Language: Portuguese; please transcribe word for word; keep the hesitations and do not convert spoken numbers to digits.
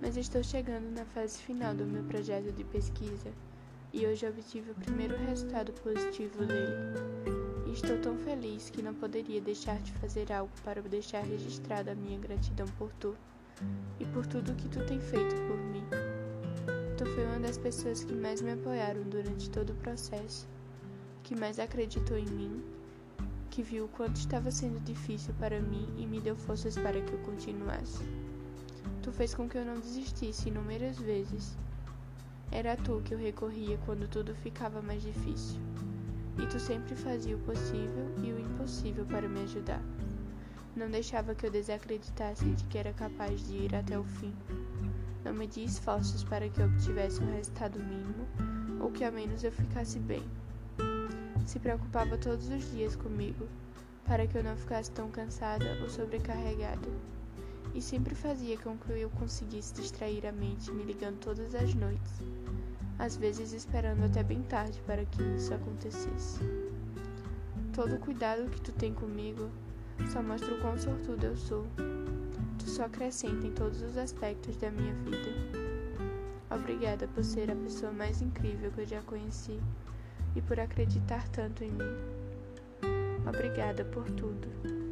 mas estou chegando na fase final do meu projeto de pesquisa e hoje obtive o primeiro resultado positivo dele. E estou tão feliz que não poderia deixar de fazer algo para deixar registrada a minha gratidão por tu e por tudo que tu tem feito por mim. Tu foi uma das pessoas que mais me apoiaram durante todo o processo, que mais acreditou em mim, que viu o quanto estava sendo difícil para mim e me deu forças para que eu continuasse. Tu fez com que eu não desistisse inúmeras vezes. Era a tu que eu recorria quando tudo ficava mais difícil. E tu sempre fazia o possível e o impossível para me ajudar. Não deixava que eu desacreditasse de que era capaz de ir até o fim. Não media esforços para que eu obtivesse um resultado mínimo ou que ao menos eu ficasse bem. Se preocupava todos os dias comigo, para que eu não ficasse tão cansada ou sobrecarregada. E sempre fazia com que eu conseguisse distrair a mente me ligando todas as noites, às vezes esperando até bem tarde para que isso acontecesse. Todo o cuidado que tu tem comigo só mostra o quão sortudo eu sou. Tu só acrescenta em todos os aspectos da minha vida. Obrigada por ser a pessoa mais incrível que eu já conheci e por acreditar tanto em mim. Obrigada por tudo.